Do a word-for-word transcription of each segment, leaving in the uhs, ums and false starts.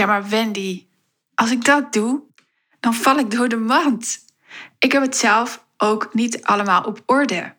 Ja, maar Wendy, als ik dat doe, dan val ik door de mand. Ik heb het zelf ook niet allemaal op orde.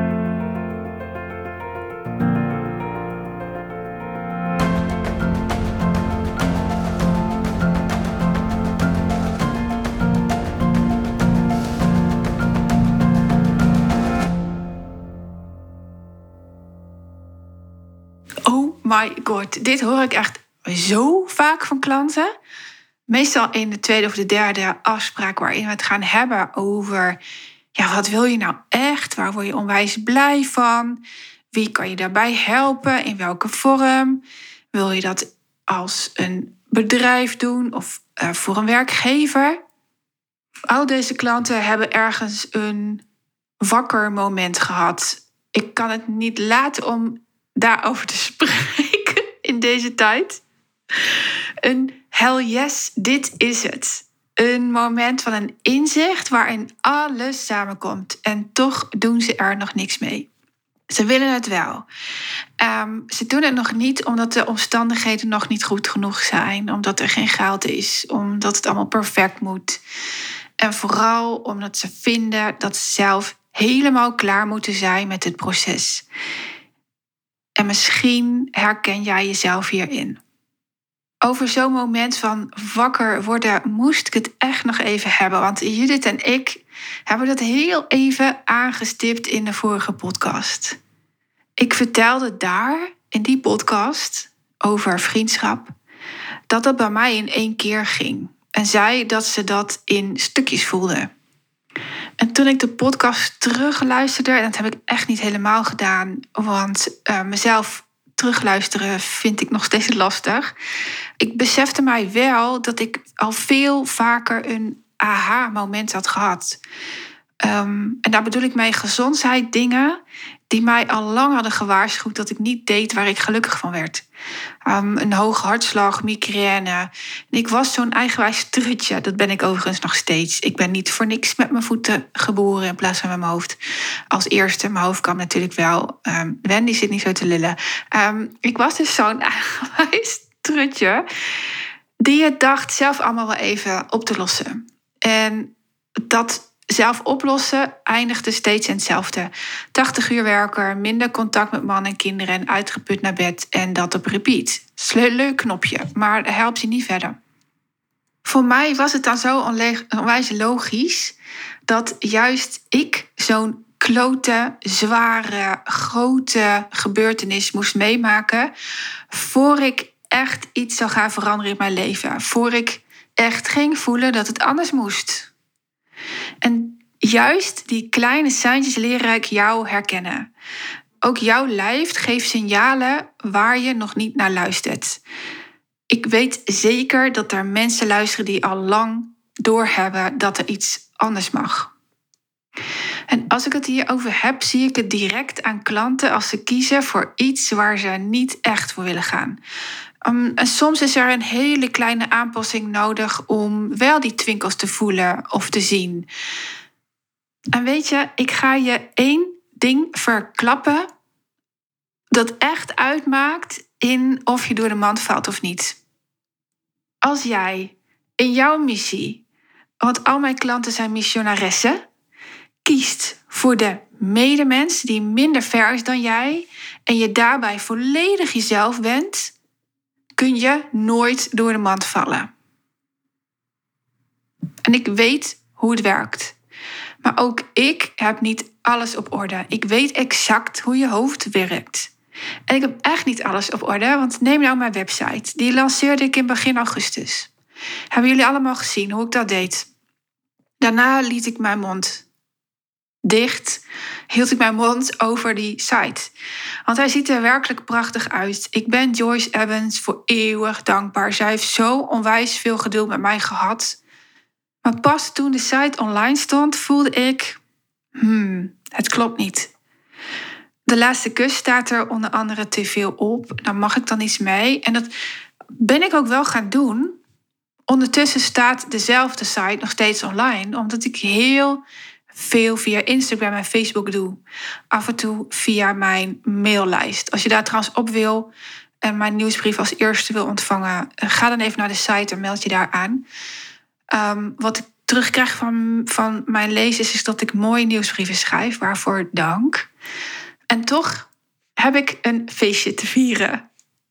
Oh my god, dit hoor ik echt zo vaak van klanten. Meestal in de tweede of de derde afspraak waarin we het gaan hebben over... ja, wat wil je nou echt? Waar word je onwijs blij van? Wie kan je daarbij helpen? In welke vorm? Wil je dat als een bedrijf doen of uh, voor een werkgever? Al deze klanten hebben ergens een wakker moment gehad. Ik kan het niet laten om daarover te spreken in deze tijd. Een hell yes, dit is het. Een moment van een inzicht waarin alles samenkomt. En toch doen ze er nog niks mee. Ze willen het wel. Um, ze doen het nog niet omdat de omstandigheden nog niet goed genoeg zijn. Omdat er geen geld is. Omdat het allemaal perfect moet. En vooral omdat ze vinden dat ze zelf helemaal klaar moeten zijn met het proces. En misschien herken jij jezelf hierin. Over zo'n moment van wakker worden moest ik het echt nog even hebben. Want Judith en ik hebben dat heel even aangestipt in de vorige podcast. Ik vertelde daar, in die podcast, over vriendschap, dat dat bij mij in één keer ging. En zei dat ze dat in stukjes voelde. En toen ik de podcast terugluisterde, en dat heb ik echt niet helemaal gedaan, want uh, mezelf terugluisteren vind ik nog steeds lastig. Ik besefte mij wel dat ik al veel vaker een aha-moment had gehad. Um, en daar bedoel ik mee gezondheid dingen die mij al lang hadden gewaarschuwd dat ik niet deed waar ik gelukkig van werd. Um, een hoge hartslag, migraine. En ik was zo'n eigenwijs strutje. Dat ben ik overigens nog steeds. Ik ben niet voor niks met mijn voeten geboren in plaats van met mijn hoofd. Als eerste, mijn hoofd kwam natuurlijk wel. Um, Wendy zit niet zo te lullen. Um, ik was dus zo'n eigenwijs strutje die het dacht zelf allemaal wel even op te lossen. En dat zelf oplossen eindigde steeds in hetzelfde. tachtig uur werken, minder contact met man en kinderen en uitgeput naar bed en dat op repeat. Leuk knopje, maar dat helpt je niet verder. Voor mij was het dan zo onwijs logisch dat juist ik zo'n klote, zware, grote gebeurtenis moest meemaken voor ik echt iets zou gaan veranderen in mijn leven. Voor ik echt ging voelen dat het anders moest. En juist die kleine seintjes leren ik jou herkennen. Ook jouw lijf geeft signalen waar je nog niet naar luistert. Ik weet zeker dat er mensen luisteren die al lang doorhebben dat er iets anders mag. En als ik het hierover heb, zie ik het direct aan klanten als ze kiezen voor iets waar ze niet echt voor willen gaan. Um, en soms is er een hele kleine aanpassing nodig om wel die twinkels te voelen of te zien. En weet je, ik ga je één ding verklappen dat echt uitmaakt in of je door de mand valt of niet. Als jij in jouw missie, want al mijn klanten zijn missionaressen, kiest voor de medemens die minder ver is dan jij en je daarbij volledig jezelf bent, kun je nooit door de mand vallen. En ik weet hoe het werkt. Maar ook ik heb niet alles op orde. Ik weet exact hoe je hoofd werkt. En ik heb echt niet alles op orde, want neem nou mijn website. Die lanceerde ik in begin augustus. Hebben jullie allemaal gezien hoe ik dat deed? Daarna liet ik mijn mond dicht, hield ik mijn mond over die site. Want hij ziet er werkelijk prachtig uit. Ik ben Joyce Evans voor eeuwig dankbaar. Zij heeft zo onwijs veel geduld met mij gehad. Maar pas toen de site online stond, voelde ik, hmm, het klopt niet. De laatste kus staat er onder andere te veel op. Daar mag ik dan iets mee. En dat ben ik ook wel gaan doen. Ondertussen staat dezelfde site nog steeds online, omdat ik heel veel via Instagram en Facebook doe. Af en toe via mijn maillijst. Als je daar trouwens op wil, en mijn nieuwsbrief als eerste wil ontvangen, ga dan even naar de site en meld je daar aan. Um, wat ik terugkrijg van, van mijn lezers is dat ik mooie nieuwsbrieven schrijf, waarvoor dank. En toch heb ik een feestje te vieren.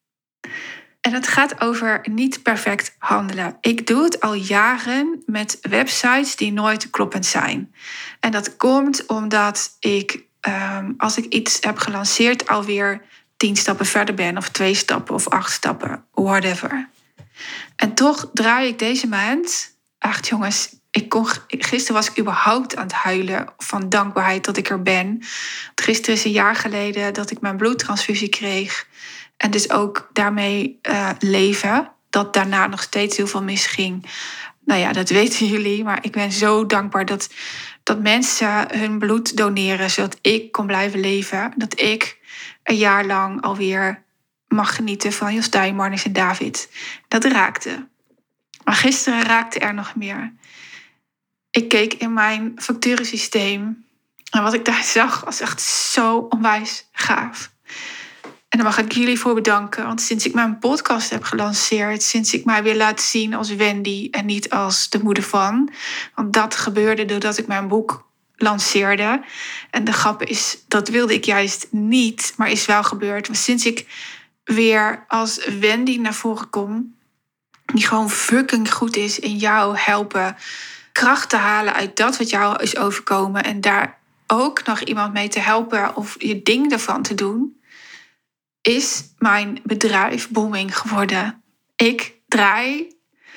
En het gaat over niet perfect handelen. Ik doe het al jaren met websites die nooit kloppend zijn. En dat komt omdat ik, um, als ik iets heb gelanceerd, alweer tien stappen verder ben, of twee stappen, of acht stappen, whatever. En toch draai ik deze maand, echt jongens, ik kon, gisteren was ik überhaupt aan het huilen van dankbaarheid dat ik er ben. Want gisteren is een jaar geleden dat ik mijn bloedtransfusie kreeg. En dus ook daarmee uh, leven. Dat daarna nog steeds heel veel misging. Nou ja, dat weten jullie. Maar ik ben zo dankbaar dat, dat mensen hun bloed doneren, zodat ik kon blijven leven. Dat ik een jaar lang alweer mag genieten van Jostijn, Marnix en David. Dat raakte. Maar gisteren raakte er nog meer. Ik keek in mijn facturensysteem. En wat ik daar zag was echt zo onwijs gaaf. En daar mag ik jullie voor bedanken. Want sinds ik mijn podcast heb gelanceerd, sinds ik mij weer laat zien als Wendy en niet als de moeder van. Want dat gebeurde doordat ik mijn boek lanceerde. En de grap is, dat wilde ik juist niet, maar is wel gebeurd. Maar sinds ik weer als Wendy naar voren kom, die gewoon fucking goed is in jou helpen, kracht te halen uit dat wat jou is overkomen. En daar ook nog iemand mee te helpen of je ding ervan te doen, is mijn bedrijf booming geworden. Ik draai,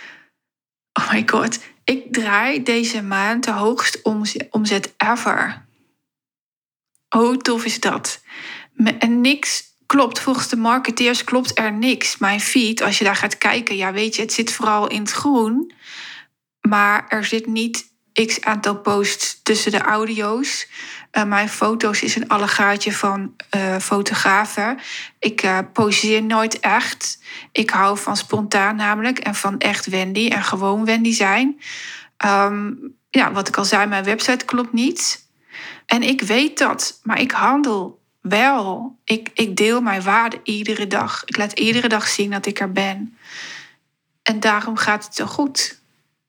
oh my god, ik draai deze maand de hoogste omzet ever. Hoe tof is dat? En niks klopt, volgens de marketeers klopt er niks. Mijn feed, als je daar gaat kijken, ja weet je, het zit vooral in het groen. Maar er zit niet x aantal posts tussen de audio's. Uh, mijn foto's is een allegaatje van uh, fotografen. Ik uh, poseer nooit echt. Ik hou van spontaan namelijk en van echt Wendy en gewoon Wendy zijn. Um, ja, wat ik al zei, mijn website klopt niet. En ik weet dat, maar ik handel wel. Ik, ik deel mijn waarde iedere dag. Ik laat iedere dag zien dat ik er ben. En daarom gaat het zo goed.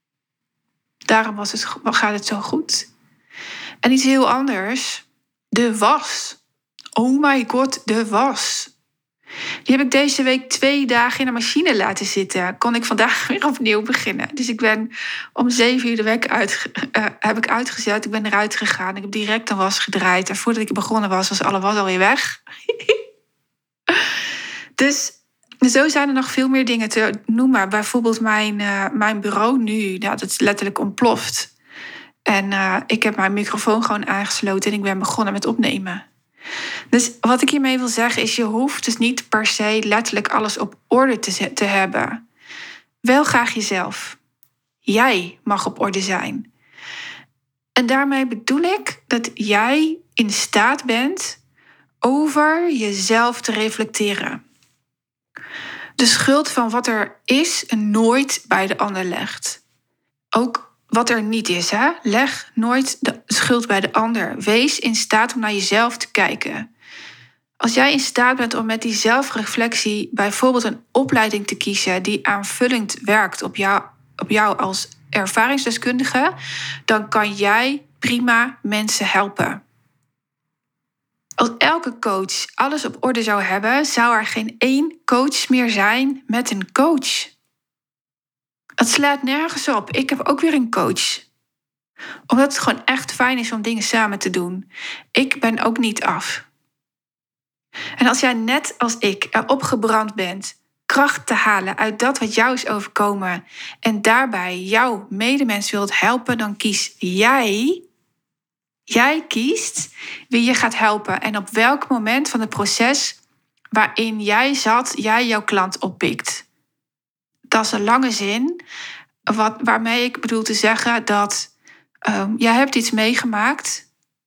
Daarom was het, gaat het zo goed. En iets heel anders. De was. Oh my god, de was. Die heb ik deze week twee dagen in de machine laten zitten. Kon ik vandaag weer opnieuw beginnen. Dus ik ben om zeven uur de week uit, uh, heb ik uitgezet. Ik ben eruit gegaan. Ik heb direct een was gedraaid. En voordat ik begonnen was, was alle was alweer weg. Dus zo zijn er nog veel meer dingen te noemen. Bijvoorbeeld mijn, uh, mijn bureau nu. Nou, dat is letterlijk ontploft. En uh, ik heb mijn microfoon gewoon aangesloten en ik ben begonnen met opnemen. Dus wat ik hiermee wil zeggen is, je hoeft dus niet per se letterlijk alles op orde te, te hebben. Wel graag jezelf. Jij mag op orde zijn. En daarmee bedoel ik dat jij in staat bent over jezelf te reflecteren. De schuld van wat er is nooit bij de ander legt. Ook wat er niet is, hè? Leg nooit de schuld bij de ander. Wees in staat om naar jezelf te kijken. Als jij in staat bent om met die zelfreflectie bijvoorbeeld een opleiding te kiezen die aanvullend werkt op jou, op jou als ervaringsdeskundige, dan kan jij prima mensen helpen. Als elke coach alles op orde zou hebben, zou er geen één coach meer zijn met een coach. Het slaat nergens op. Ik heb ook weer een coach. Omdat het gewoon echt fijn is om dingen samen te doen. Ik ben ook niet af. En als jij net als ik erop gebrand bent kracht te halen uit dat wat jou is overkomen en daarbij jouw medemens wilt helpen, dan kies jij, jij kiest wie je gaat helpen en op welk moment van het proces waarin jij zat, jij jouw klant oppikt. Dat is een lange zin, wat, waarmee ik bedoel te zeggen dat um, jij hebt iets meegemaakt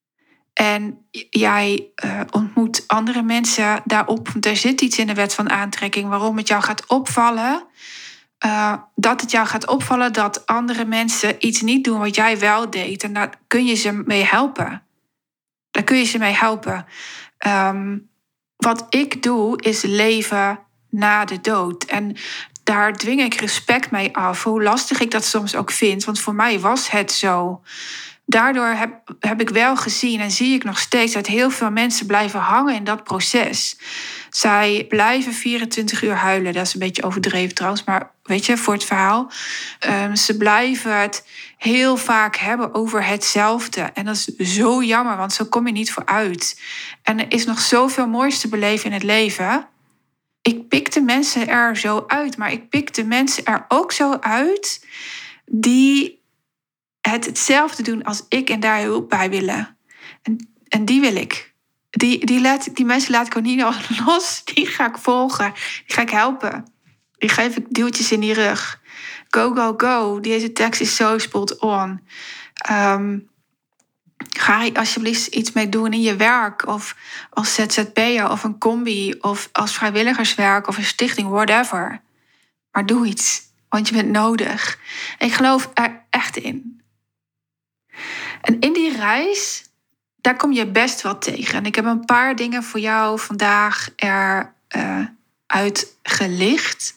en jij uh, ontmoet andere mensen daarop. Want er zit iets in de wet van aantrekking waarom het jou gaat opvallen. Uh, dat het jou gaat opvallen dat andere mensen iets niet doen wat jij wel deed. En daar kun je ze mee helpen. Daar kun je ze mee helpen. Um, wat ik doe is leven na de dood. En daar dwing ik respect mee af, hoe lastig ik dat soms ook vind. Want voor mij was het zo. Daardoor heb, heb ik wel gezien en zie ik nog steeds dat heel veel mensen blijven hangen in dat proces. Zij blijven vierentwintig uur huilen. Dat is een beetje overdreven trouwens, maar weet je, voor het verhaal. Um, ze blijven het heel vaak hebben over hetzelfde. En dat is zo jammer, want zo kom je niet vooruit. En er is nog zoveel moois te beleven in het leven. Ik pik de mensen er zo uit, maar ik pik de mensen er ook zo uit die het hetzelfde doen als ik en daar hulp bij willen. En, en die wil ik. Die, die, laat, die mensen laat ik ook niet los. Die ga ik volgen. Die ga ik helpen. Die geef ik duwtjes in die rug. Go, go, go. Deze tekst is zo spot on. Um, ga er alsjeblieft iets mee doen in je werk. Of als Z Z P'er of een combi. Of als vrijwilligerswerk of een stichting. Whatever. Maar doe iets. Want je bent nodig. Ik geloof er echt in. En in die reis, daar kom je best wel tegen. En ik heb een paar dingen voor jou vandaag er uh, uitgelicht.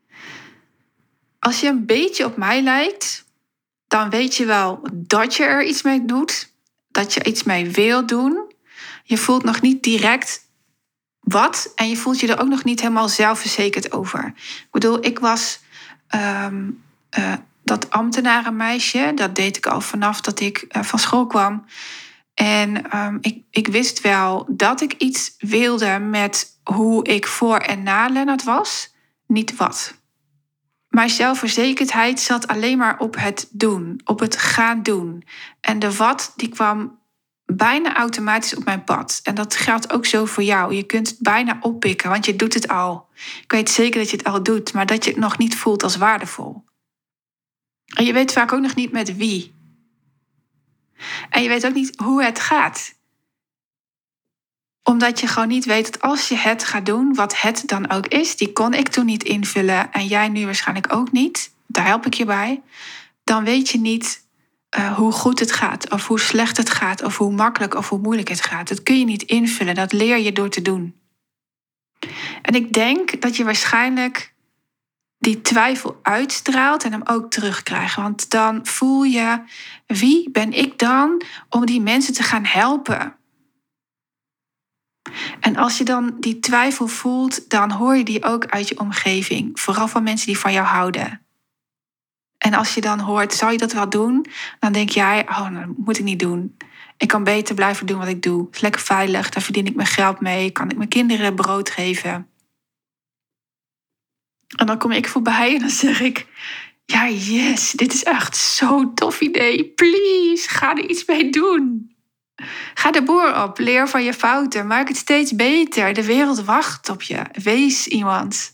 Als je een beetje op mij lijkt, dan weet je wel dat je er iets mee doet. Dat je iets mee wil doen. Je voelt nog niet direct wat. En je voelt je er ook nog niet helemaal zelfverzekerd over. Ik bedoel, ik was Um, uh, dat ambtenarenmeisje, dat deed ik al vanaf dat ik uh, van school kwam. En um, ik, ik wist wel dat ik iets wilde met hoe ik voor en na Lennart was. Niet wat. Mijn zelfverzekerdheid zat alleen maar op het doen. Op het gaan doen. En de wat, die kwam bijna automatisch op mijn pad. En dat geldt ook zo voor jou. Je kunt het bijna oppikken, want je doet het al. Ik weet zeker dat je het al doet, maar dat je het nog niet voelt als waardevol. En je weet vaak ook nog niet met wie. En je weet ook niet hoe het gaat. Omdat je gewoon niet weet dat als je het gaat doen, wat het dan ook is, die kon ik toen niet invullen en jij nu waarschijnlijk ook niet, daar help ik je bij, dan weet je niet uh, hoe goed het gaat, of hoe slecht het gaat, of hoe makkelijk of hoe moeilijk het gaat. Dat kun je niet invullen, dat leer je door te doen. En ik denk dat je waarschijnlijk die twijfel uitstraalt en hem ook terugkrijgt. Want dan voel je, wie ben ik dan om die mensen te gaan helpen? En als je dan die twijfel voelt, dan hoor je die ook uit je omgeving. Vooral van mensen die van jou houden. En als je dan hoort, zou je dat wel doen? Dan denk jij, oh, dat moet ik niet doen. Ik kan beter blijven doen wat ik doe. Het is lekker veilig, daar verdien ik mijn geld mee. Kan ik mijn kinderen brood geven. En dan kom ik voorbij en dan zeg ik, ja, yes, dit is echt zo'n tof idee. Please, ga er iets mee doen. Ga de boer op, leer van je fouten, maak het steeds beter. De wereld wacht op je. Wees iemand.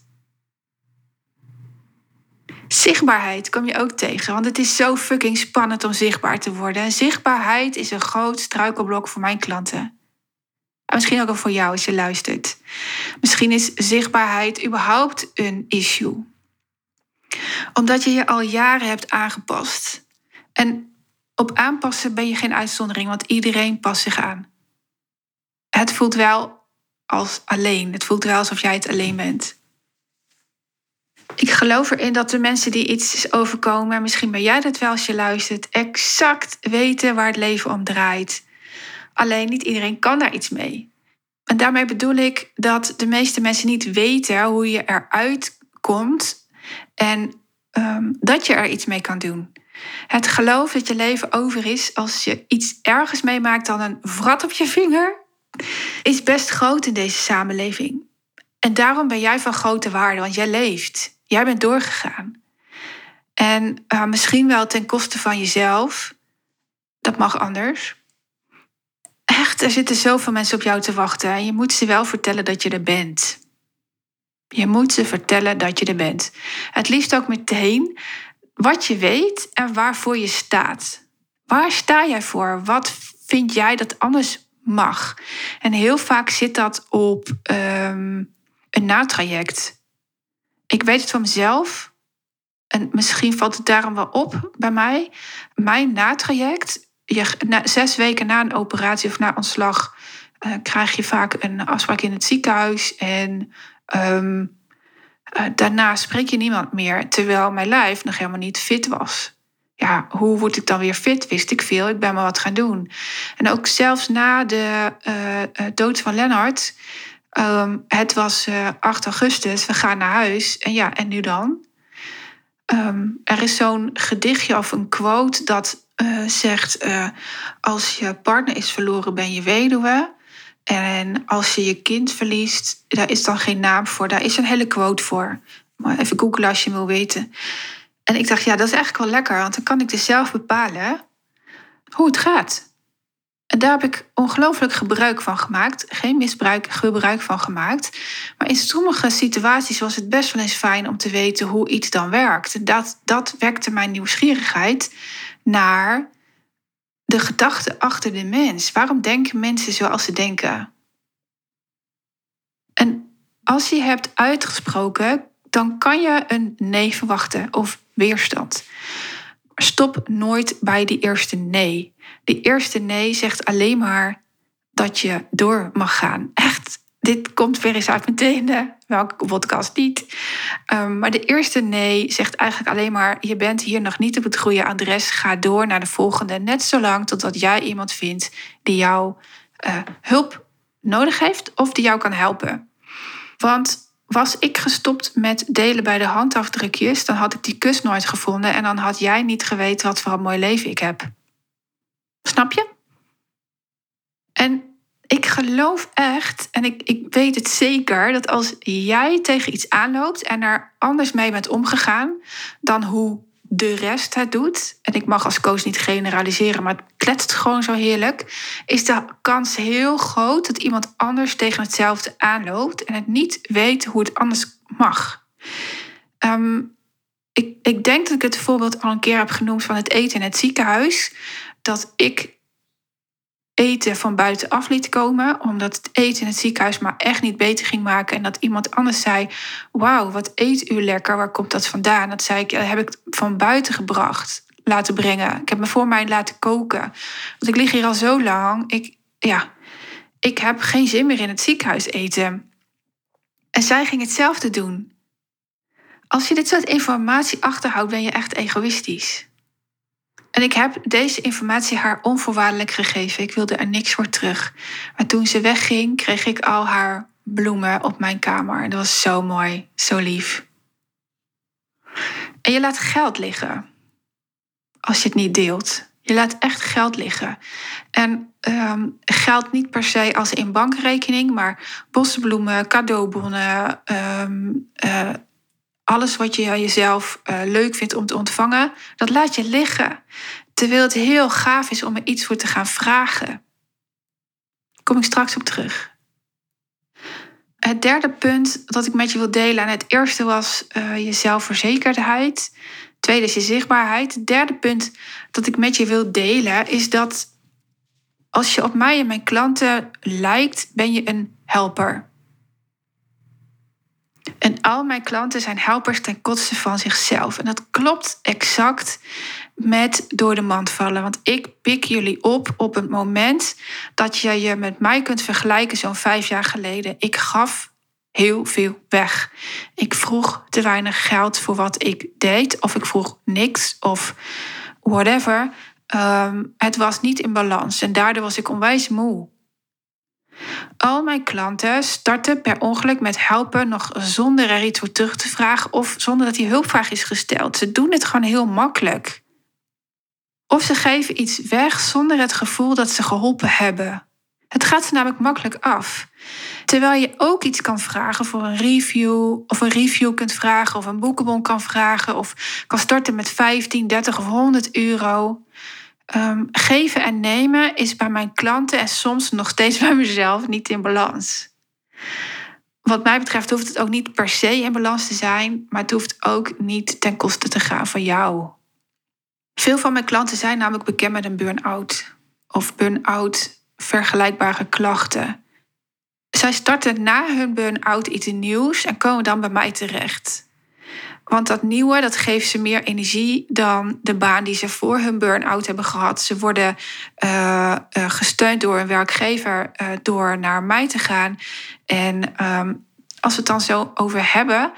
Zichtbaarheid kom je ook tegen, want het is zo fucking spannend om zichtbaar te worden. En zichtbaarheid is een groot struikelblok voor mijn klanten. En misschien ook al voor jou als je luistert. Misschien is zichtbaarheid überhaupt een issue. Omdat je je al jaren hebt aangepast. En op aanpassen ben je geen uitzondering, want iedereen past zich aan. Het voelt wel als alleen. Het voelt wel alsof jij het alleen bent. Ik geloof erin dat de mensen die iets is overkomen, misschien ben jij dat wel als je luistert, exact weten waar het leven om draait. Alleen niet iedereen kan daar iets mee. En daarmee bedoel ik dat de meeste mensen niet weten hoe je eruit komt en um, dat je er iets mee kan doen. Het geloof dat je leven over is als je iets ergens meemaakt dan een wrat op je vinger, is best groot in deze samenleving. En daarom ben jij van grote waarde, want jij leeft. Jij bent doorgegaan. En uh, misschien wel ten koste van jezelf. Dat mag anders. Echt, er zitten zoveel mensen op jou te wachten. En je moet ze wel vertellen dat je er bent. Je moet ze vertellen dat je er bent. Het liefst ook meteen wat je weet en waarvoor je staat. Waar sta jij voor? Wat vind jij dat anders mag? En heel vaak zit dat op um, een natraject. Ik weet het van mezelf. En misschien valt het daarom wel op bij mij. Mijn natraject. Je, na, zes weken na een operatie of na ontslag uh, krijg je vaak een afspraak in het ziekenhuis. En um, Uh, daarna spreek je niemand meer, terwijl mijn lijf nog helemaal niet fit was. Ja, hoe word ik dan weer fit? Wist ik veel, ik ben maar wat gaan doen. En ook zelfs na de uh, uh, dood van Lennart... Um, het was uh, acht augustus, we gaan naar huis. En ja, en nu dan? Um, er is zo'n gedichtje of een quote dat uh, zegt... Uh, als je partner is verloren, ben je weduwe. En als je je kind verliest, daar is dan geen naam voor. Daar is een hele quote voor. Maar even googlen als je wil weten. En ik dacht, ja, dat is eigenlijk wel lekker. Want dan kan ik dus zelf bepalen hoe het gaat. En daar heb ik ongelooflijk gebruik van gemaakt. Geen misbruik, gebruik van gemaakt. Maar in sommige situaties was het best wel eens fijn om te weten hoe iets dan werkt. En dat, dat wekte mijn nieuwsgierigheid naar de gedachte achter de mens. Waarom denken mensen zoals ze denken? En als je hebt uitgesproken, dan kan je een nee verwachten of weerstand. Stop nooit bij die eerste nee. Die eerste nee zegt alleen maar dat je door mag gaan. Echt, dit komt weer eens uit mijn tenen. Welke podcast niet. Um, maar de eerste nee zegt eigenlijk alleen maar... je bent hier nog niet op het goede adres. Ga door naar de volgende. Net zolang totdat jij iemand vindt die jou uh, hulp nodig heeft... of die jou kan helpen. Want was ik gestopt met delen bij de handafdrukjes... dan had ik die kus nooit gevonden... en dan had jij niet geweten wat voor een mooi leven ik heb. Snap je? En ik geloof echt, en ik, ik weet het zeker... dat als jij tegen iets aanloopt en er anders mee bent omgegaan... dan hoe de rest het doet... en ik mag als coach niet generaliseren... maar het kletst gewoon zo heerlijk... is de kans heel groot dat iemand anders tegen hetzelfde aanloopt... en het niet weet hoe het anders mag. Um, ik, ik denk dat ik het voorbeeld al een keer heb genoemd... van het eten in het ziekenhuis... dat ik eten van buitenaf liet komen... omdat het eten in het ziekenhuis maar echt niet beter ging maken... en dat iemand anders zei... wauw, wat eet u lekker, waar komt dat vandaan? Dat zei ik, dat heb ik van buiten gebracht, laten brengen. Ik heb me voor mij laten koken. Want ik lig hier al zo lang. Ik, ja, ik heb geen zin meer in het ziekenhuis eten. En zij ging hetzelfde doen. Als je dit soort informatie achterhoudt, ben je echt egoïstisch. En ik heb deze informatie haar onvoorwaardelijk gegeven. Ik wilde er niks voor terug. Maar toen ze wegging, kreeg ik al haar bloemen op mijn kamer. Dat was zo mooi, zo lief. En je laat geld liggen. Als je het niet deelt. Je laat echt geld liggen. En um, geld niet per se als in bankrekening... maar bossenbloemen, cadeaubonnen... Um, uh, alles wat je jezelf uh, leuk vindt om te ontvangen... dat laat je liggen. Terwijl het heel gaaf is om er iets voor te gaan vragen. Daar kom ik straks op terug. Het derde punt dat ik met je wil delen... en het eerste was uh, je zelfverzekerdheid... het tweede is je zichtbaarheid. Het derde punt dat ik met je wil delen... is dat als je op mij en mijn klanten lijkt... ben je een helper. En al mijn klanten zijn helpers ten koste van zichzelf. En dat klopt exact met door de mand vallen. Want ik pik jullie op op het moment dat je je met mij kunt vergelijken... zo'n vijf jaar geleden. Ik gaf heel veel weg. Ik vroeg te weinig geld voor wat ik deed. Of ik vroeg niks of whatever. Um, het was niet in balans. En daardoor was ik onwijs moe. Al mijn klanten starten per ongeluk met helpen... nog zonder er iets voor terug te vragen... of zonder dat die hulpvraag is gesteld. Ze doen het gewoon heel makkelijk. Of ze geven iets weg zonder het gevoel dat ze geholpen hebben. Het gaat ze namelijk makkelijk af. Terwijl je ook iets kan vragen voor een review... of een review kunt vragen of een boekenbon kan vragen... of kan starten met vijftien, dertig of honderd euro... Um, geven en nemen is bij mijn klanten en soms nog steeds bij mezelf niet in balans. Wat mij betreft hoeft het ook niet per se in balans te zijn, maar het hoeft ook niet ten koste te gaan van jou. Veel van mijn klanten zijn namelijk bekend met een burn-out of burn-out vergelijkbare klachten. Zij starten na hun burn-out iets nieuws en komen dan bij mij terecht. Want dat nieuwe, dat geeft ze meer energie dan de baan die ze voor hun burn-out hebben gehad. Ze worden uh, uh, gesteund door een werkgever uh, door naar mij te gaan. En um, als we het dan zo over hebben,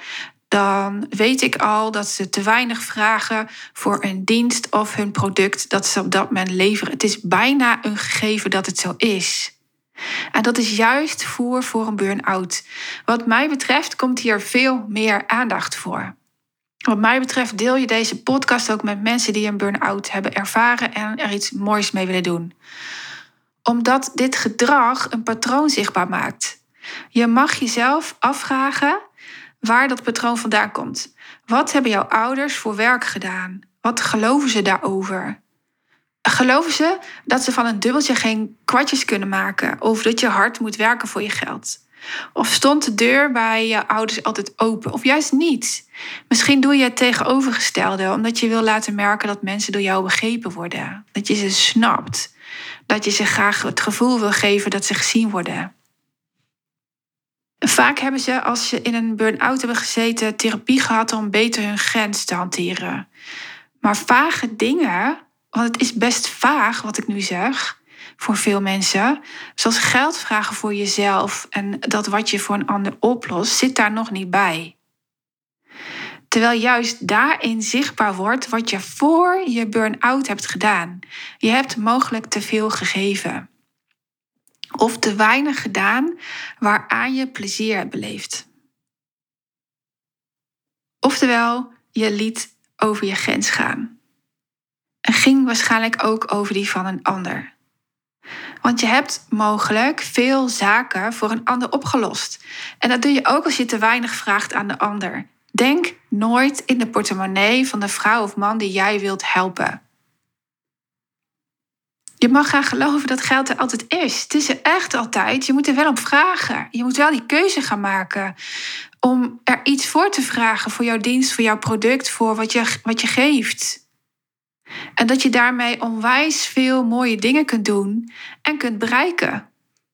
dan weet ik al dat ze te weinig vragen voor een dienst of hun product dat ze op dat moment leveren. Het is bijna een gegeven dat het zo is. En dat is juist voer voor een burn-out. Wat mij betreft komt hier veel meer aandacht voor. Wat mij betreft deel je deze podcast ook met mensen die een burn-out hebben ervaren en er iets moois mee willen doen. Omdat dit gedrag een patroon zichtbaar maakt. Je mag jezelf afvragen waar dat patroon vandaan komt. Wat hebben jouw ouders voor werk gedaan? Wat geloven ze daarover? Geloven ze dat ze van een dubbeltje geen kwartjes kunnen maken? Of dat je hard moet werken voor je geld? Of stond de deur bij je ouders altijd open? Of juist niet? Misschien doe je het tegenovergestelde, omdat je wil laten merken dat mensen door jou begrepen worden. Dat je ze snapt. Dat je ze graag het gevoel wil geven dat ze gezien worden. Vaak hebben ze, als ze in een burn-out hebben gezeten, therapie gehad om beter hun grens te hanteren. Maar vage dingen, want het is best vaag wat ik nu zeg voor veel mensen, zoals geld vragen voor jezelf en dat wat je voor een ander oplost, zit daar nog niet bij. Terwijl juist daarin zichtbaar wordt wat je voor je burn-out hebt gedaan. Je hebt mogelijk te veel gegeven. Of te weinig gedaan waaraan je plezier hebt beleefd. Oftewel, je liet over je grens gaan. En ging waarschijnlijk ook over die van een ander. Want je hebt mogelijk veel zaken voor een ander opgelost. En dat doe je ook als je te weinig vraagt aan de ander. Denk nooit in de portemonnee van de vrouw of man die jij wilt helpen. Je mag gaan geloven dat geld er altijd is. Het is er echt altijd. Je moet er wel om vragen. Je moet wel die keuze gaan maken om er iets voor te vragen voor jouw dienst, voor jouw product, voor wat je, wat je geeft. En dat je daarmee onwijs veel mooie dingen kunt doen en kunt bereiken.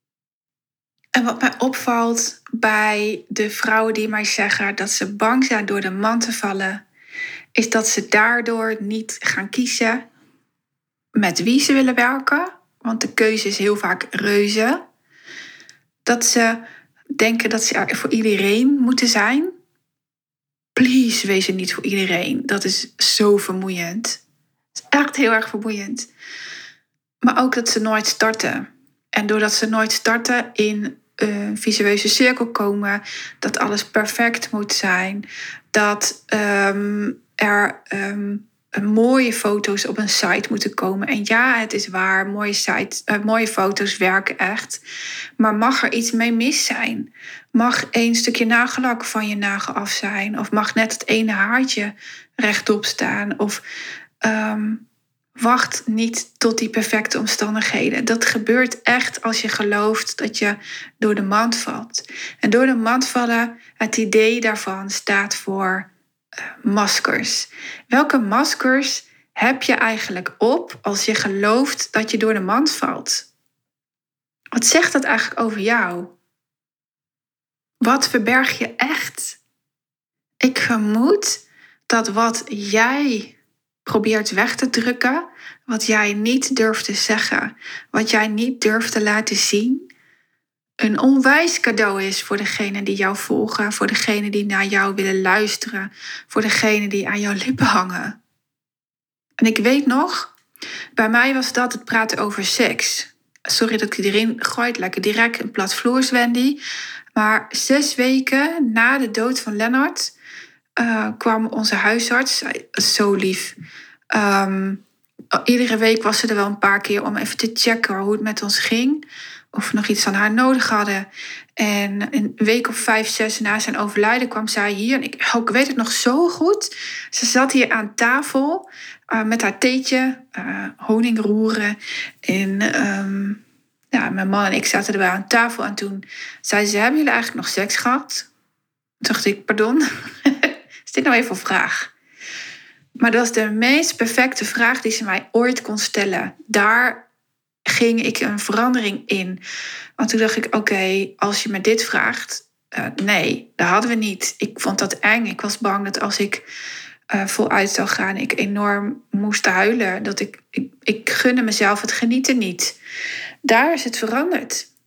En wat mij opvalt bij de vrouwen die mij zeggen dat ze bang zijn door de mand te vallen, is dat ze daardoor niet gaan kiezen met wie ze willen werken. Want de keuze is heel vaak reuze. Dat ze denken dat ze er voor iedereen moeten zijn. Please, wees er niet voor iedereen. Dat is zo vermoeiend. Het is echt heel erg vermoeiend. Maar ook dat ze nooit starten. En doordat ze nooit starten in een visueuze cirkel komen, dat alles perfect moet zijn, dat um, er um, mooie foto's op een site moeten komen. En ja, het is waar, mooie, site, uh, mooie foto's werken echt. Maar mag er iets mee mis zijn? Mag één stukje nagellak van je nagel af zijn? Of mag net het ene haartje rechtop staan? Of um, wacht niet tot die perfecte omstandigheden. Dat gebeurt echt als je gelooft dat je door de mand valt. En door de mand vallen, het idee daarvan staat voor uh, maskers. Welke maskers heb je eigenlijk op als je gelooft dat je door de mand valt? Wat zegt dat eigenlijk over jou? Wat verberg je echt? Ik vermoed dat wat jij probeert weg te drukken, wat jij niet durft te zeggen, wat jij niet durft te laten zien, een onwijs cadeau is voor degenen die jou volgen, voor degenen die naar jou willen luisteren, voor degenen die aan jouw lippen hangen. En ik weet nog, bij mij was dat het praten over seks. Sorry dat ik erin gooi, lekker direct een platvloers Wendy. Maar zes weken na de dood van Lennart Uh, kwam onze huisarts, zo lief. Um, iedere week was ze er wel een paar keer om even te checken hoe het met ons ging. Of we nog iets aan haar nodig hadden. En een week of vijf, zes na zijn overlijden kwam zij hier. En ik, oh, ik weet het nog zo goed. Ze zat hier aan tafel uh, met haar theetje, uh, honing roeren. En um, ja, mijn man en ik zaten erbij aan tafel. En toen zei ze, hebben jullie eigenlijk nog seks gehad? Toen dacht ik, pardon? Is dit nou even een vraag? Maar dat was de meest perfecte vraag die ze mij ooit kon stellen. Daar ging ik een verandering in. Want toen dacht ik, oké, okay, als je me dit vraagt, uh, nee, dat hadden we niet. Ik vond dat eng. Ik was bang dat als ik uh, voluit zou gaan, ik enorm moest huilen. Dat ik, ik, ik gunde mezelf het genieten niet. Daar is het veranderd.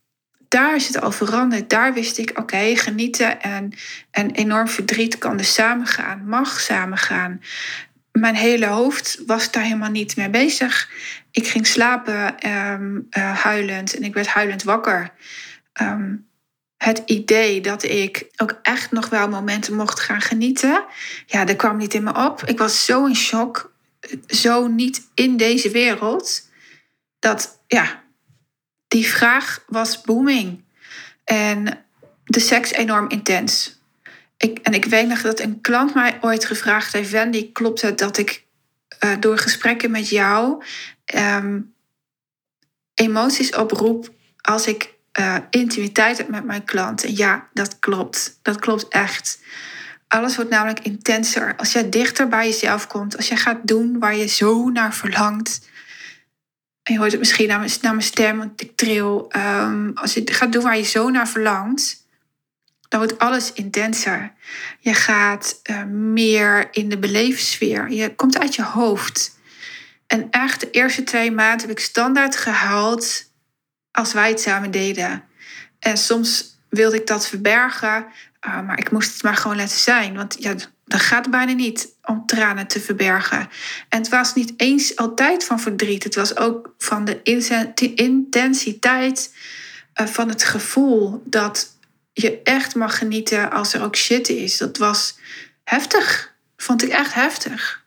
daar is het al veranderd. Daar wist ik, oké, okay, genieten en, en enorm verdriet kan dus samengaan, mag samengaan. Mijn hele hoofd was daar helemaal niet mee bezig. Ik ging slapen um, uh, huilend en ik werd huilend wakker. Um, het idee dat ik ook echt nog wel momenten mocht gaan genieten, ja, dat kwam niet in me op. Ik was zo in shock, zo niet in deze wereld, dat ja, die vraag was booming. En de seks enorm intens. Ik, en ik weet nog dat een klant mij ooit gevraagd heeft, Wendy, klopt het dat ik uh, door gesprekken met jou um, emoties oproep als ik uh, intimiteit heb met mijn klant? En ja, dat klopt. Dat klopt echt. Alles wordt namelijk intenser. Als jij dichter bij jezelf komt, als jij gaat doen waar je zo naar verlangt. En je hoort het misschien naar mijn, naar mijn stem, want ik tril. Um, als je gaat doen waar je zo naar verlangt, dan wordt alles intenser. Je gaat uh, meer in de belevensfeer. Je komt uit je hoofd. En echt de eerste twee maanden heb ik standaard gehuild als wij het samen deden. En soms wilde ik dat verbergen, uh, maar ik moest het maar gewoon laten zijn. Want ja, dat gaat bijna niet om tranen te verbergen. En het was niet eens altijd van verdriet. Het was ook van de intensiteit uh, van het gevoel dat je echt mag genieten als er ook shit is. Dat was heftig. Vond ik echt heftig.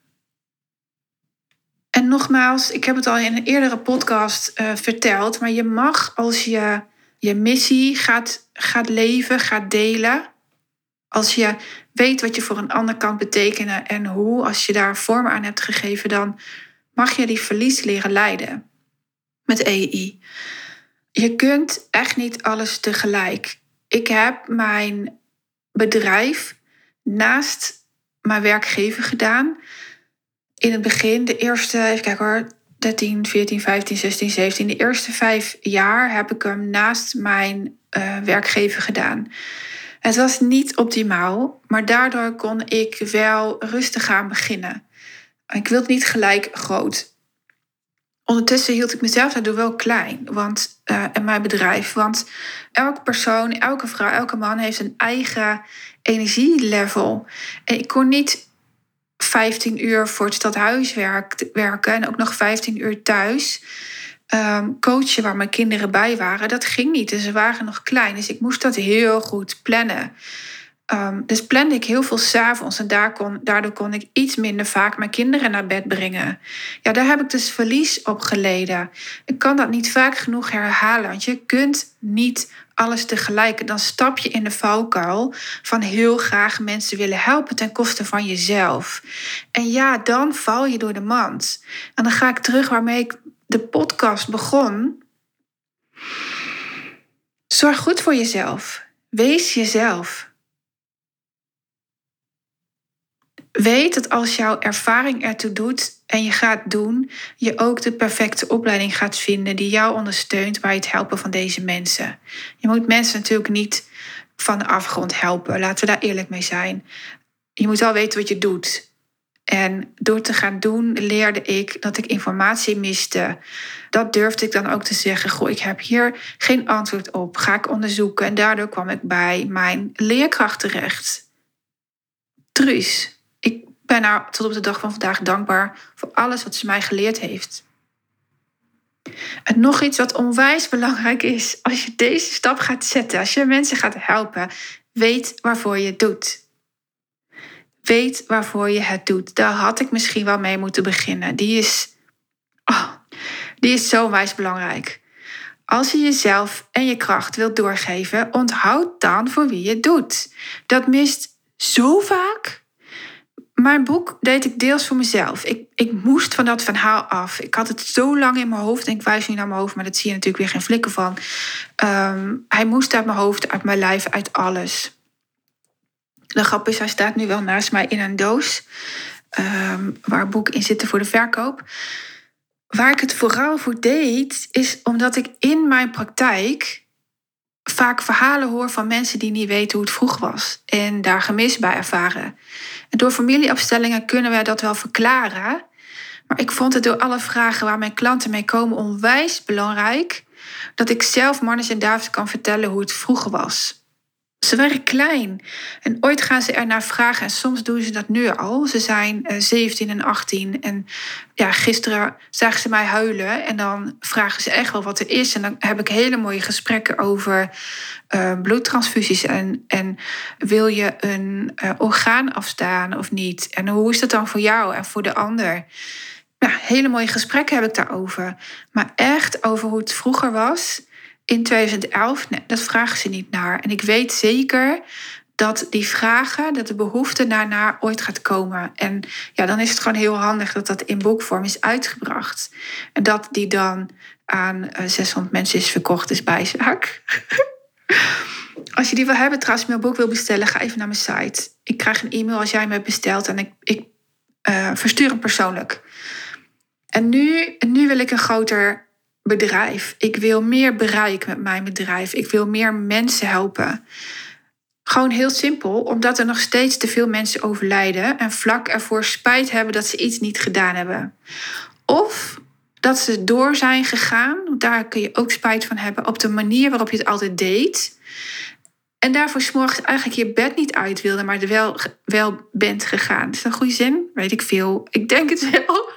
En nogmaals, ik heb het al in een eerdere podcast uh, verteld, maar je mag als je je missie gaat, gaat leven, gaat delen, als je weet wat je voor een ander kan betekenen en hoe, als je daar vorm aan hebt gegeven, dan mag je die verlies leren leiden met E I. Je kunt echt niet alles tegelijk. Ik heb mijn bedrijf naast mijn werkgever gedaan. In het begin, de eerste, even kijken hoor, dertien, veertien, vijftien, zestien, zeventien... de eerste vijf jaar heb ik hem naast mijn uh, werkgever gedaan. Het was niet optimaal, maar daardoor kon ik wel rustig aan beginnen. Ik wilde niet gelijk groot. Ondertussen hield ik mezelf daardoor wel klein, want, uh, en mijn bedrijf. Want elke persoon, elke vrouw, elke man heeft een eigen energielevel. En ik kon niet vijftien uur voor het stadhuis werken en ook nog vijftien uur thuis um, coachen waar mijn kinderen bij waren. Dat ging niet, dus ze waren nog klein. Dus ik moest dat heel goed plannen. Um, dus plande ik heel veel 's avonds en daar kon, daardoor kon ik iets minder vaak mijn kinderen naar bed brengen. Ja, daar heb ik dus verlies op geleden. Ik kan dat niet vaak genoeg herhalen, want je kunt niet alles tegelijk. Dan stap je in de valkuil van heel graag mensen willen helpen ten koste van jezelf. En ja, dan val je door de mand. En dan ga ik terug waarmee ik de podcast begon. Zorg goed voor jezelf. Wees jezelf. Weet dat als jouw ervaring ertoe doet en je gaat doen, je ook de perfecte opleiding gaat vinden die jou ondersteunt bij het helpen van deze mensen. Je moet mensen natuurlijk niet van de afgrond helpen, laten we daar eerlijk mee zijn. Je moet wel weten wat je doet. En door te gaan doen leerde ik dat ik informatie miste. Dat durfde ik dan ook te zeggen. Goh, ik heb hier geen antwoord op. Ga ik onderzoeken. En daardoor kwam ik bij mijn leerkracht terecht. Truus. Ik ben haar tot op de dag van vandaag dankbaar voor alles wat ze mij geleerd heeft. En nog iets wat onwijs belangrijk is. Als je deze stap gaat zetten, als je mensen gaat helpen, weet waarvoor je het doet. Weet waarvoor je het doet. Daar had ik misschien wel mee moeten beginnen. Die is, oh, die is zo wijs belangrijk. Als je jezelf en je kracht wilt doorgeven, onthoud dan voor wie je het doet. Dat mist zo vaak. Mijn boek deed ik deels voor mezelf. Ik, ik moest van dat verhaal af. Ik had het zo lang in mijn hoofd. En ik wijs nu naar mijn hoofd, maar dat zie je natuurlijk weer geen flikken van. Um, hij moest uit mijn hoofd, uit mijn lijf, uit alles. De grap is, hij staat nu wel naast mij in een doos. Um, waar boeken in zitten voor de verkoop. Waar ik het vooral voor deed, is omdat ik in mijn praktijk vaak verhalen hoor van mensen die niet weten hoe het vroeg was. En daar gemis bij ervaren. En door familieopstellingen kunnen we dat wel verklaren. Maar ik vond het door alle vragen waar mijn klanten mee komen onwijs belangrijk dat ik zelf Marnix en David kan vertellen hoe het vroeger was. Ze waren klein en ooit gaan ze ernaar vragen en soms doen ze dat nu al. Ze zijn uh, zeventien en achttien en ja, gisteren zagen ze mij huilen en dan vragen ze echt wel wat er is. En dan heb ik hele mooie gesprekken over uh, bloedtransfusies en, en wil je een uh, orgaan afstaan of niet? En hoe is dat dan voor jou en voor de ander? Ja, hele mooie gesprekken heb ik daarover. Maar echt over hoe het vroeger was in twintig elf, nee, dat vragen ze niet naar. En ik weet zeker dat die vragen, dat de behoefte daarnaar ooit gaat komen. En ja, dan is het gewoon heel handig dat dat in boekvorm is uitgebracht. En dat die dan aan uh, zeshonderd mensen is verkocht, is bijzaak. Als je die wil hebben, trouwens, mijn boek wil bestellen, ga even naar mijn site. Ik krijg een e-mail als jij me bestelt en ik, ik uh, verstuur hem persoonlijk. En nu, nu wil ik een groter bedrijf. Ik wil meer bereik met mijn bedrijf. Ik wil meer mensen helpen. Gewoon heel simpel, omdat er nog steeds te veel mensen overlijden en vlak ervoor spijt hebben dat ze iets niet gedaan hebben. Of dat ze door zijn gegaan, daar kun je ook spijt van hebben, op de manier waarop je het altijd deed. En daarvoor 's morgens eigenlijk je bed niet uit wilde, maar er wel, wel bent gegaan. Is dat een goede zin? Weet ik veel. Ik denk het wel.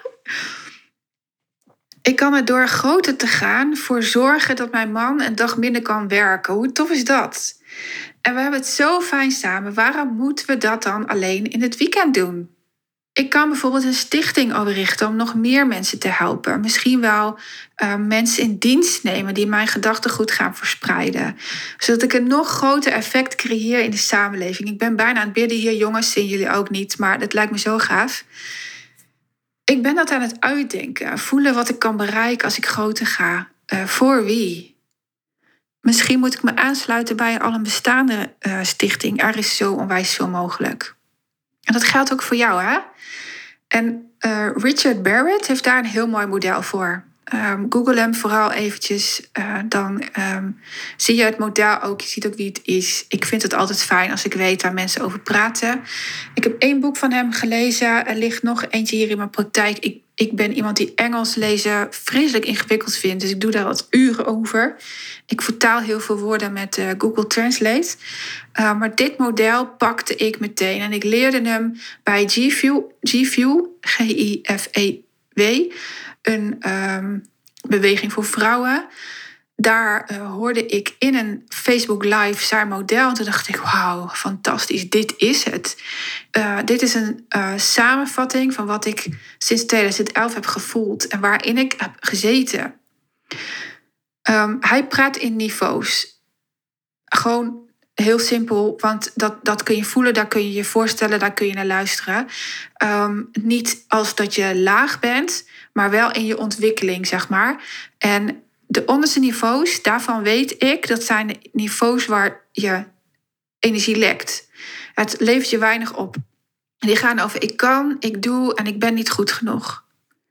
Ik kan er door groter te gaan voor zorgen dat mijn man een dag minder kan werken. Hoe tof is dat? En we hebben het zo fijn samen. Waarom moeten we dat dan alleen in het weekend doen? Ik kan bijvoorbeeld een stichting oprichten om nog meer mensen te helpen. Misschien wel uh, mensen in dienst nemen die mijn gedachtegoed gaan verspreiden. Zodat ik een nog groter effect creëer in de samenleving. Ik ben bijna aan het bidden hier, jongens, zien jullie ook niet. Maar dat lijkt me zo gaaf. Ik ben dat aan het uitdenken. Voelen wat ik kan bereiken als ik groter ga. Uh, voor wie? Misschien moet ik me aansluiten bij al een bestaande uh, stichting. Er is zo onwijs veel mogelijk. En dat geldt ook voor jou, hè? En uh, Richard Barrett heeft daar een heel mooi model voor. Um, Google hem vooral eventjes. Uh, dan um, zie je het model ook. Je ziet ook wie het is. Ik vind het altijd fijn als ik weet waar mensen over praten. Ik heb één boek van hem gelezen. Er ligt nog eentje hier in mijn praktijk. Ik, ik ben iemand die Engels lezen vreselijk ingewikkeld vindt. Dus ik doe daar wat uren over. Ik vertaal heel veel woorden met uh, Google Translate. Uh, maar dit model pakte ik meteen. En ik leerde hem bij G-View, G-View, G I F E W... een um, beweging voor vrouwen. Daar uh, hoorde ik in een Facebook Live zijn model. En toen dacht ik, wauw, fantastisch, dit is het. Uh, dit is een uh, samenvatting van wat ik sinds twintig elf heb gevoeld. En waarin ik heb gezeten. Um, hij praat in niveaus. Gewoon heel simpel, want dat, dat kun je voelen, daar kun je je voorstellen, daar kun je naar luisteren. Um, niet als dat je laag bent, maar wel in je ontwikkeling, zeg maar. En de onderste niveaus, daarvan weet ik, dat zijn de niveaus waar je energie lekt. Het levert je weinig op. Die gaan over ik kan, ik doe en ik ben niet goed genoeg.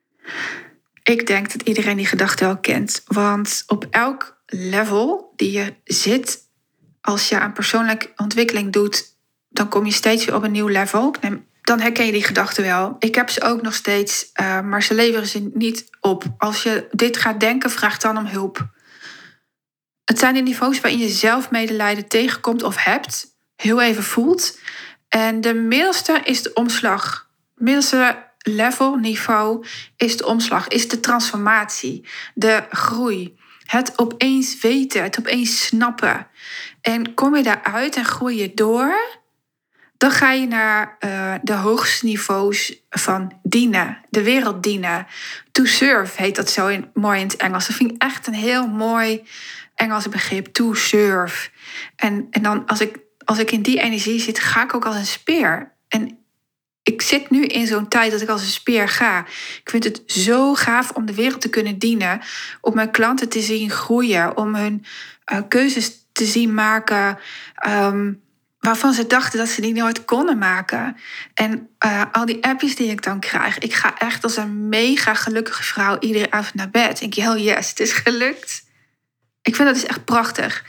Ik denk dat iedereen die gedachte wel kent. Want op elk level die je zit, als je aan persoonlijke ontwikkeling doet, dan kom je steeds weer op een nieuw level. Dan herken je die gedachten wel. Ik heb ze ook nog steeds, uh, maar ze leveren ze niet op. Als je dit gaat denken, vraag dan om hulp. Het zijn de niveaus waarin je zelfmedelijden tegenkomt of hebt, heel even voelt. En de middelste is de omslag. Het middelste level, niveau, is de omslag, is de transformatie, de groei. Het opeens weten, het opeens snappen. En kom je daaruit en groei je door, dan ga je naar uh, de hoogste niveaus van dienen, de wereld dienen. To serve heet dat zo in, mooi in het Engels. Dat vind ik echt een heel mooi Engels begrip, to serve. En, en dan als ik, als ik in die energie zit, ga ik ook als een speer. En ik zit nu in zo'n tijd dat ik als een speer ga. Ik vind het zo gaaf om de wereld te kunnen dienen, om mijn klanten te zien groeien, om hun uh, keuzes te zien maken, Um, waarvan ze dachten dat ze die nooit konden maken. En uh, al die appjes die ik dan krijg. Ik ga echt als een mega gelukkige vrouw iedere avond naar bed. Ik denk, oh yes, het is gelukt. Ik vind dat dus echt prachtig.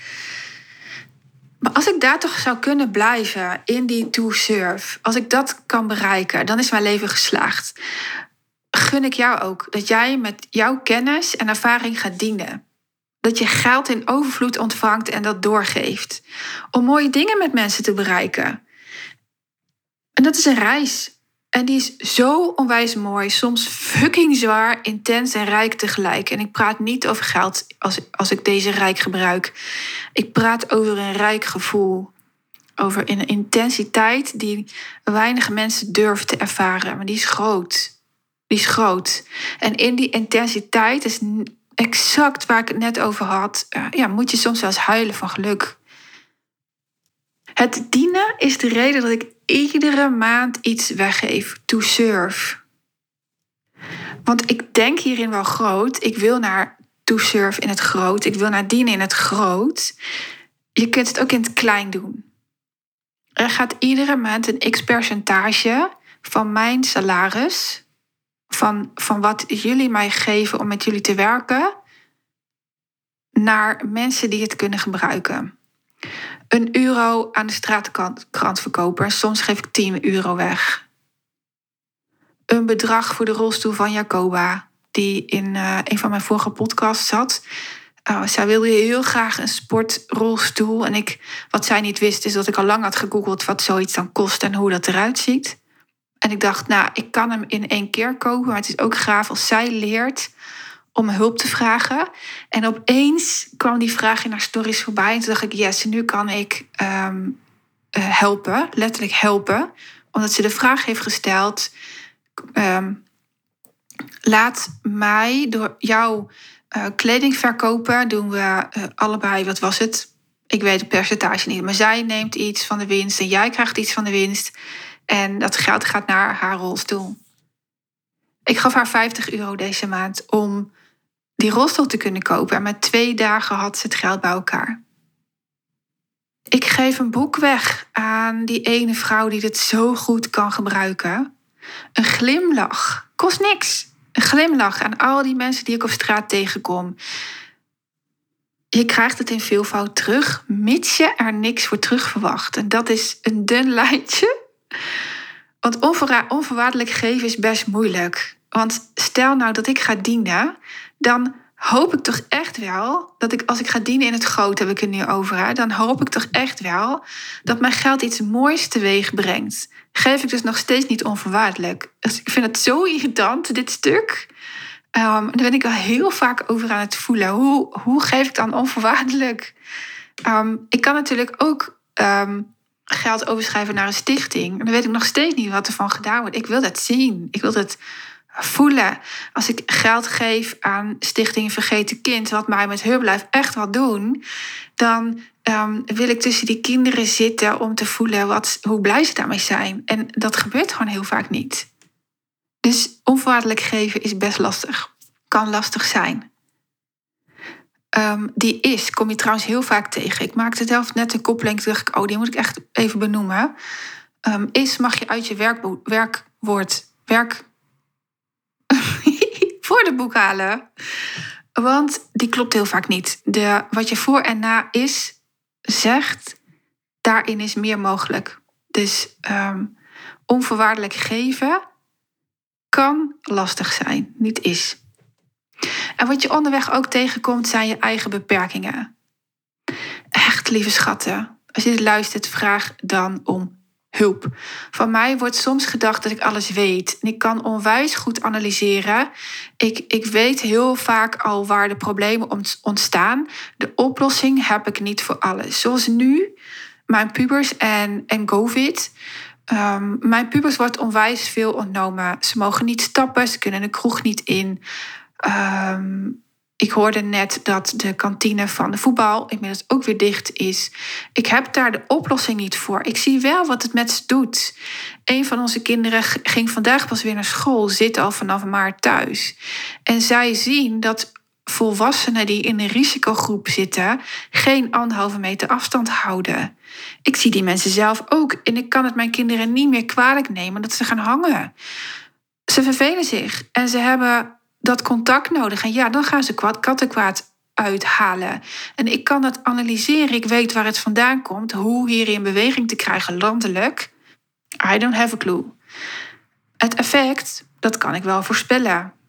Maar als ik daar toch zou kunnen blijven in die to-serve, als ik dat kan bereiken, dan is mijn leven geslaagd. Gun ik jou ook dat jij met jouw kennis en ervaring gaat dienen. Dat je geld in overvloed ontvangt en dat doorgeeft. Om mooie dingen met mensen te bereiken. En dat is een reis. En die is zo onwijs mooi. Soms fucking zwaar, intens en rijk tegelijk. En ik praat niet over geld als, als ik deze rijk gebruik. Ik praat over een rijk gevoel. Over een intensiteit die weinig mensen durven te ervaren. Maar die is groot. Die is groot. En in die intensiteit is exact waar ik het net over had. Uh, ja, moet je soms wel eens huilen van geluk. Het dienen is de reden dat ik iedere maand iets weggeef. To serve. Want ik denk hierin wel groot. Ik wil naar to serve in het groot. Ik wil naar dienen in het groot. Je kunt het ook in het klein doen. Er gaat iedere maand een x-percentage van mijn salaris, van, van wat jullie mij geven om met jullie te werken, naar mensen die het kunnen gebruiken. Een euro aan de straatkrant verkopen. Soms geef ik tien euro weg. Een bedrag voor de rolstoel van Jacoba, die in uh, een van mijn vorige podcasts zat. Uh, zij wilde heel graag een sportrolstoel. En ik, wat zij niet wist, is dat ik al lang had gegoogeld wat zoiets dan kost en hoe dat eruit ziet. En ik dacht, nou, ik kan hem in één keer kopen. Maar het is ook gaaf als zij leert om hulp te vragen. En opeens kwam die vraag in haar stories voorbij. En toen dacht ik, yes, nu kan ik um, uh, helpen. Letterlijk helpen. Omdat ze de vraag heeft gesteld. Um, laat mij door jou uh, kleding verkopen. Doen we uh, allebei, wat was het? Ik weet het percentage niet. Maar zij neemt iets van de winst. En jij krijgt iets van de winst. En dat geld gaat naar haar rolstoel. Ik gaf haar vijftig euro deze maand om die rolstoel te kunnen kopen. En met twee dagen had ze het geld bij elkaar. Ik geef een boek weg aan die ene vrouw die dit zo goed kan gebruiken. Een glimlach. Kost niks. Een glimlach aan al die mensen die ik op straat tegenkom. Je krijgt het in veelvoud terug, mits je er niks voor terug verwacht. En dat is een dun lijntje. Want onvoora- onvoorwaardelijk geven is best moeilijk. Want stel nou dat ik ga dienen, dan hoop ik toch echt wel dat ik, als ik ga dienen in het groot, heb ik het nu over, hè, dan hoop ik toch echt wel dat mijn geld iets moois teweeg brengt. Geef ik dus nog steeds niet onvoorwaardelijk. Dus ik vind het zo irritant, dit stuk. Um, daar ben ik wel heel vaak over aan het voelen. Hoe, hoe geef ik dan onvoorwaardelijk? Um, ik kan natuurlijk ook um, geld overschrijven naar een stichting. En dan weet ik nog steeds niet wat er van gedaan wordt. Ik wil dat zien. Ik wil dat voelen. Als ik geld geef aan Stichting Vergeten Kind, wat mij met Herbalife echt wat doen, dan um, wil ik tussen die kinderen zitten om te voelen wat, hoe blij ze daarmee zijn. En dat gebeurt gewoon heel vaak niet. Dus onvoorwaardelijk geven is best lastig. Kan lastig zijn. Um, die is, kom je trouwens heel vaak tegen. Ik maakte zelf net een koppeling, toen dacht ik, oh, die moet ik echt even benoemen. Um, is mag je uit je werkbo- werkwoord, werk woordenboek halen. Want die klopt heel vaak niet. De, wat je voor en na is, zegt, daarin is meer mogelijk. Dus um, onvoorwaardelijk geven kan lastig zijn, niet is. En wat je onderweg ook tegenkomt, zijn je eigen beperkingen. Echt, lieve schatten, als je dit luistert, vraag dan om hulp. Van mij wordt soms gedacht dat ik alles weet. En ik kan onwijs goed analyseren. Ik, ik weet heel vaak al waar de problemen ontstaan. De oplossing heb ik niet voor alles. Zoals nu, mijn pubers en, en COVID. Um, mijn pubers wordt onwijs veel ontnomen. Ze mogen niet stappen, ze kunnen de kroeg niet in. Um, ik hoorde net dat de kantine van de voetbal inmiddels ook weer dicht is. Ik heb daar de oplossing niet voor. Ik zie wel wat het met ze doet. Een van onze kinderen ging vandaag pas weer naar school, zit al vanaf maart thuis. En zij zien dat volwassenen die in een risicogroep zitten geen anderhalve meter afstand houden. Ik zie die mensen zelf ook en ik kan het mijn kinderen niet meer kwalijk nemen dat ze gaan hangen. Ze vervelen zich en ze hebben dat contact nodig. En ja, dan gaan ze kattenkwaad uithalen. En ik kan dat analyseren. Ik weet waar het vandaan komt. Hoe hierin beweging te krijgen landelijk. I don't have a clue. Het effect, dat kan ik wel voorspellen.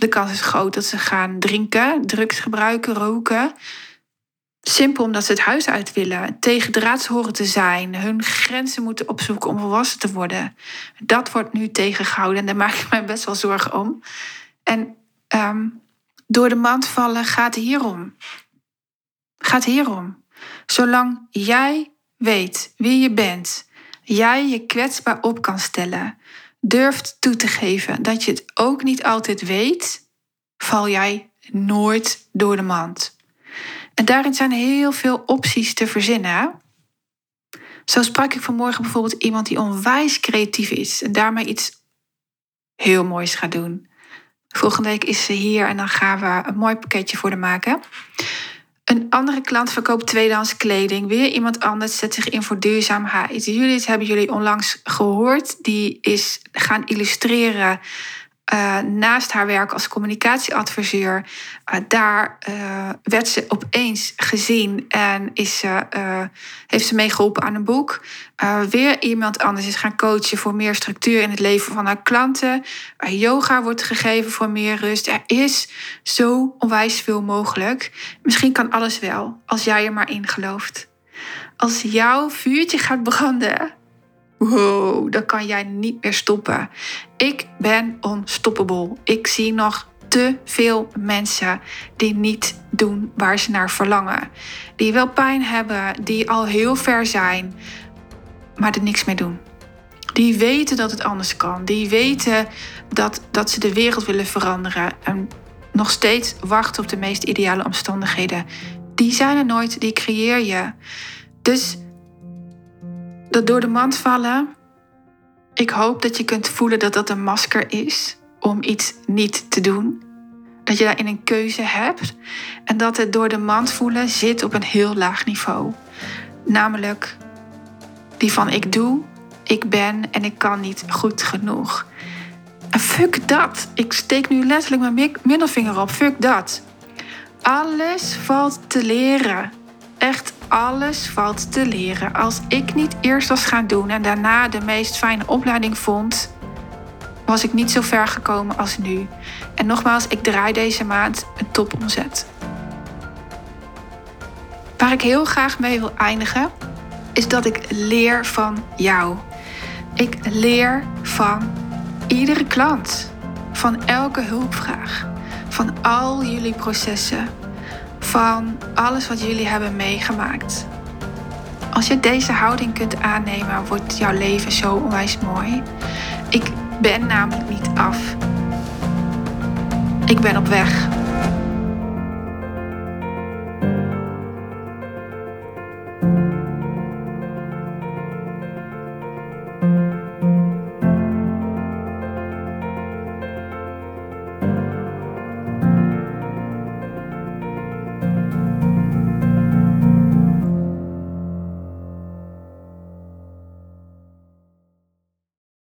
de kans is groot dat ze gaan drinken, drugs gebruiken, roken. Simpel omdat ze het huis uit willen, tegendraads horen te zijn, hun grenzen moeten opzoeken om volwassen te worden. Dat wordt nu tegengehouden en daar maak ik mij best wel zorgen om. En um, door de mand vallen gaat hierom. Gaat hierom. Zolang jij weet wie je bent, jij je kwetsbaar op kan stellen, durft toe te geven dat je het ook niet altijd weet, val jij nooit door de mand. En daarin zijn heel veel opties te verzinnen. Zo sprak ik vanmorgen bijvoorbeeld iemand die onwijs creatief is en daarmee iets heel moois gaat doen. Volgende week is ze hier en dan gaan we een mooi pakketje voor haar maken. Een andere klant verkoopt tweedehands kleding. Weer iemand anders zet zich in voor duurzaamheid. Judith hebben jullie onlangs gehoord. Die is gaan illustreren uh, naast haar werk als communicatieadviseur. Uh, daar uh, werd ze opeens gezien en is ze, uh, heeft ze meegeholpen aan een boek. Uh, weer iemand anders is gaan coachen voor meer structuur in het leven van haar klanten. Uh, yoga wordt gegeven voor meer rust. Er is zo onwijs veel mogelijk. Misschien kan alles wel, als jij er maar in gelooft. Als jouw vuurtje gaat branden, wow, dan kan jij niet meer stoppen. Ik ben unstoppable. Ik zie nog te veel mensen die niet doen waar ze naar verlangen. Die wel pijn hebben, die al heel ver zijn, maar er niks mee doen. Die weten dat het anders kan. Die weten dat, dat ze de wereld willen veranderen. En nog steeds wachten op de meest ideale omstandigheden. Die zijn er nooit, die creëer je. Dus dat door de mand vallen, ik hoop dat je kunt voelen dat dat een masker is om iets niet te doen. Dat je daarin een keuze hebt. En dat het door de mand voelen zit op een heel laag niveau. Namelijk die van ik doe, ik ben en ik kan niet goed genoeg. En fuck dat. Ik steek nu letterlijk mijn middelvinger op. Fuck dat. Alles valt te leren. Echt alles valt te leren. Als ik niet eerst was gaan doen en daarna de meest fijne opleiding vond, was ik niet zo ver gekomen als nu. En nogmaals, ik draai deze maand een topomzet. Waar ik heel graag mee wil eindigen, is dat ik leer van jou. Ik leer van iedere klant, van elke hulpvraag, van al jullie processen, van alles wat jullie hebben meegemaakt. Als je deze houding kunt aannemen, wordt jouw leven zo onwijs mooi. Ik ben namelijk niet af. Ik ben op weg.